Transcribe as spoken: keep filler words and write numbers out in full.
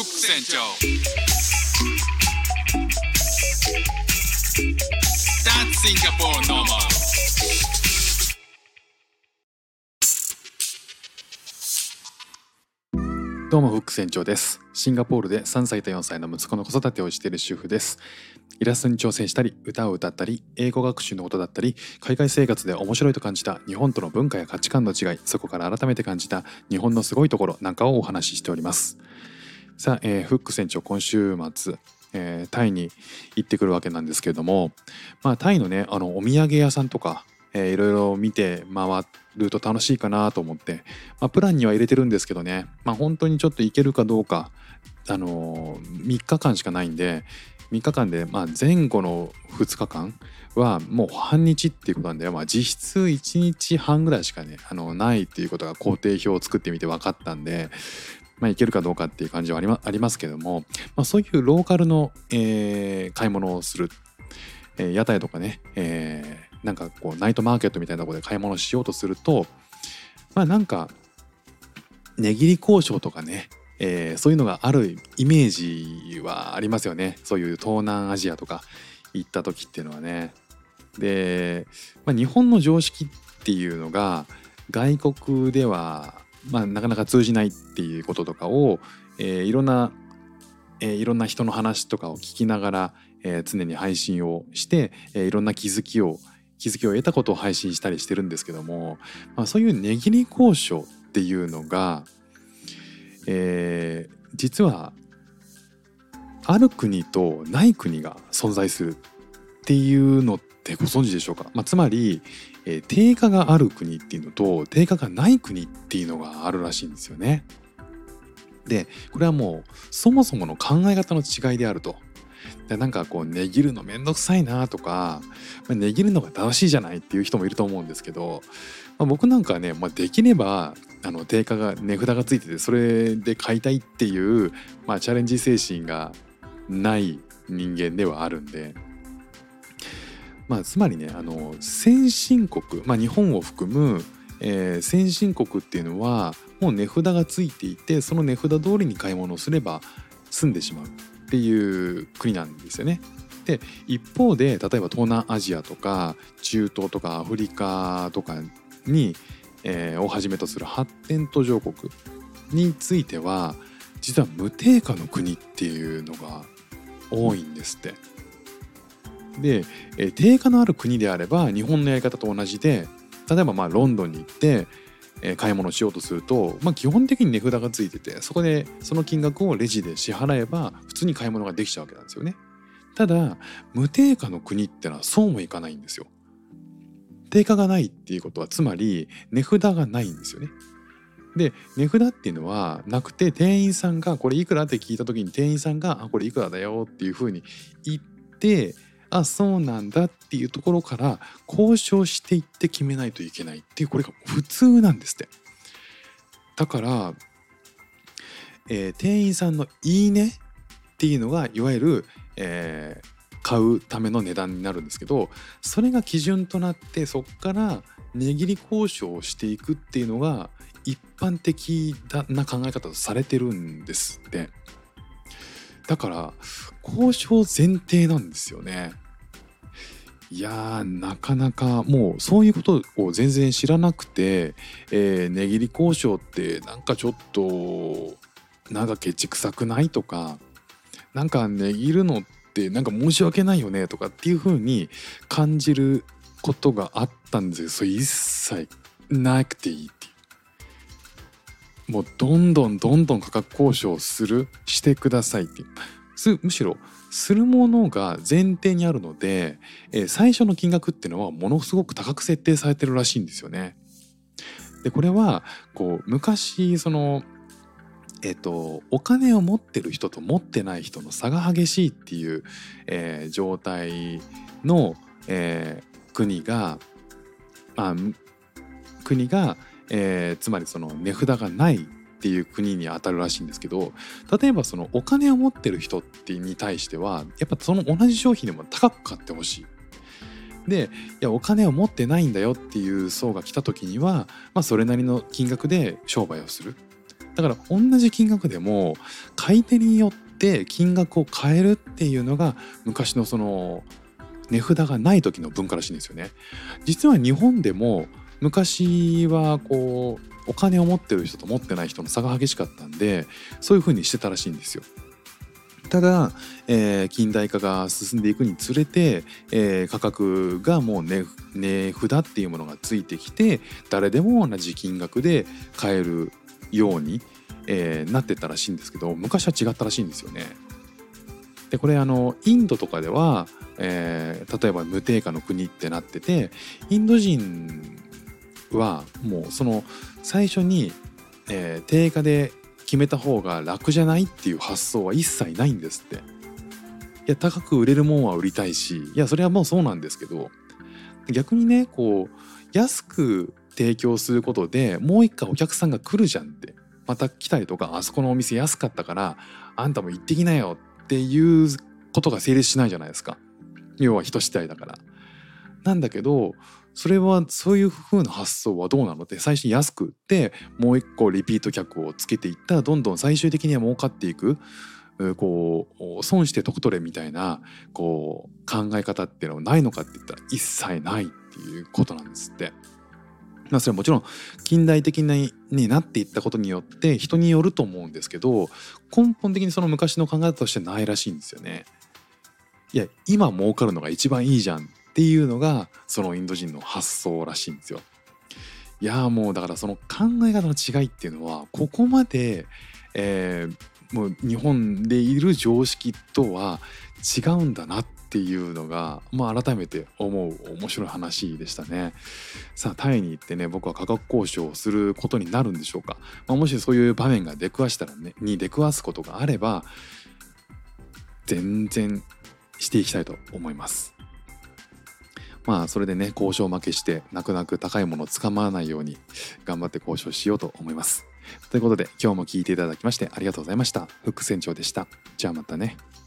ック船長 That's Singapore normal。 どうもフック船長です。シンガポールでさんさいとよんさいの息子の子育てをしている主婦です。イラストに挑戦したり、歌を歌ったり、英語学習のことだったり、海外生活で面白いと感じた日本との文化や価値観の違い、そこから改めて感じた日本のすごいところなんかをお話ししております。さあ、えー、フック船長今週末、えー、タイに行ってくるわけなんですけれども、まあタイのね、あのお土産屋さんとか、えー、いろいろ見て回ると楽しいかなと思って、まあ、プランには入れてるんですけどね、まあ、本当にちょっと行けるかどうか、あのー、みっかかんしかないんで、みっかかんで、まあ、前後のふつかかんはもう半日っていうことなんで、まあ、実質いちにちはんぐらいしかねあのないっていうことが工程表を作ってみて分かったんで、まあ、行けるかどうかっていう感じはありま、ありますけども、まあ、そういうローカルの、えー買い物をする、えー屋台とかね、えーなんかこうナイトマーケットみたいなところで買い物しようとすると、まあなんか値切り交渉とかね、えーそういうのがあるイメージはありますよね。そういう東南アジアとか行った時っていうのはね。で、まあ、日本の常識っていうのが外国では、まあ、なかなか通じないっていうこととかを、えーいろんな、えーいろんな人の話とかを聞きながら、えー常に配信をして、えーいろんな気づきを気づきを得たことを配信したりしてるんですけども、まあ、そういう値切り交渉っていうのが、えー実はある国とない国が存在するっていうのってご存知でしょうか。まあ、つまり、えー定価がある国っていうのと定価がない国っていうのがあるらしいんですよね。でこれはもうそもそもの考え方の違いであると。でなんかこう値切るのめんどくさいなとか、まあ、値切るのが正しいじゃないっていう人もいると思うんですけど、まあ、僕なんかはね、まあ、できればあの定価が値札がついててそれで買いたいっていう、まあ、チャレンジ精神がない人間ではあるんで、まあ、つまりねあの先進国、まあ、日本を含む、えー先進国っていうのはもう値札がついていてその値札通りに買い物をすれば済んでしまうっていう国なんですよね。で一方で例えば東南アジアとか中東とかアフリカとかに、えーをはじめとする発展途上国については実は無定価の国っていうのが多いんですって。で、えー定価のある国であれば日本のやり方と同じで例えばまあロンドンに行って、えー買い物しようとすると、まあ、基本的に値札がついててそこでその金額をレジで支払えば普通に買い物ができちゃうわけなんですよね。ただ無定価の国ってのはそうもいかないんですよ。定価がないっていうことはつまり値札がないんですよね。で値札っていうのはなくて店員さんがこれいくらって聞いた時に店員さんがあこれいくらだよっていうふうに言ってあそうなんだっていうところから交渉していって決めないといけないっていうこれが普通なんですって。だから、えー店員さんのいいねっていうのがいわゆる、えー買うための値段になるんですけどそれが基準となってそこから値切り交渉をしていくっていうのが一般的な考え方とされてるんですって。だから交渉前提なんですよね。いやーなかなかもうそういうことを全然知らなくて、えー値切り交渉ってなんかちょっとなんかケチくさくないとかなんか値切るのってなんか申し訳ないよねとかっていう風に感じることがあったんですよ。それ一切なくていいっていう。もうどんどんどんどん価格交渉するしてくださいっていうすむしろするものが前提にあるので、えー最初の金額っていうのはものすごく高く設定されてるらしいんですよね。でこれはこう昔そのえっとお金を持ってる人と持ってない人の差が激しいっていう、えー状態の、えー国が、まあ、国が、えーつまりその値札がないっていう国に当たるらしいんですけど例えばそのお金を持ってる人ってに対してはやっぱその同じ商品でも高く買ってほしい。でいやお金を持ってないんだよっていう層が来た時には、まあ、それなりの金額で商売をする。 だから同じ金額でも買い手によって金額を変えるっていうのが昔のその値札がない時の文化らしいんですよね。実は日本でも昔はこうお金を持ってる人と持ってない人の差が激しかったんで、そういう風にしてたらしいんですよ。ただ、えー近代化が進んでいくにつれて、えー価格がもう値、値札っていうものがついてきて、誰でも同じ金額で買えるように、えーなってったらしいんですけど、昔は違ったらしいんですよね。でこれあのインドとかでは、えー例えば無定価の国ってなってて、インド人はもうその最初に、えー定価で決めた方が楽じゃないっていう発想は一切ないんですって。いや高く売れるもんは売りたいし、いやそれはもうそうなんですけど、逆にねこう安く提供することでもう一回お客さんが来るじゃんって、また来たりとか、あそこのお店安かったからあんたも行ってきなよっていうことが成立しないじゃないですか。要は人次第だから。なんだけど、それはそういう風な発想はどうなのって、最初に安く売ってもう一個リピート客をつけていったら、どんどん最終的には儲かっていく、うこう損して得取れみたいなこう考え方っていうのはないのかって言ったら一切ないっていうことなんですって。まあそれはもちろん近代的になっていったことによって人によると思うんですけど、根本的にその昔の考え方としてないらしいんですよね。いや今儲かるのが一番いいじゃんっていうのがそのインド人の発想らしいんですよ。いやもうだからその考え方の違いっていうのはここまで、えーもう日本でいる常識とは違うんだなっていうのが、まあ、改めて思う面白い話でしたね。さあタイに行ってね、僕は価格交渉をすることになるんでしょうか。まあ、もしそういう場面が出くわしたらねに出くわすことがあれば全然していきたいと思います。まあそれでね交渉負けして泣く泣く高いものをつかまわないように頑張って交渉しようと思います。ということで今日も聞いていただきましてありがとうございました。フック船長でした。じゃあまたね。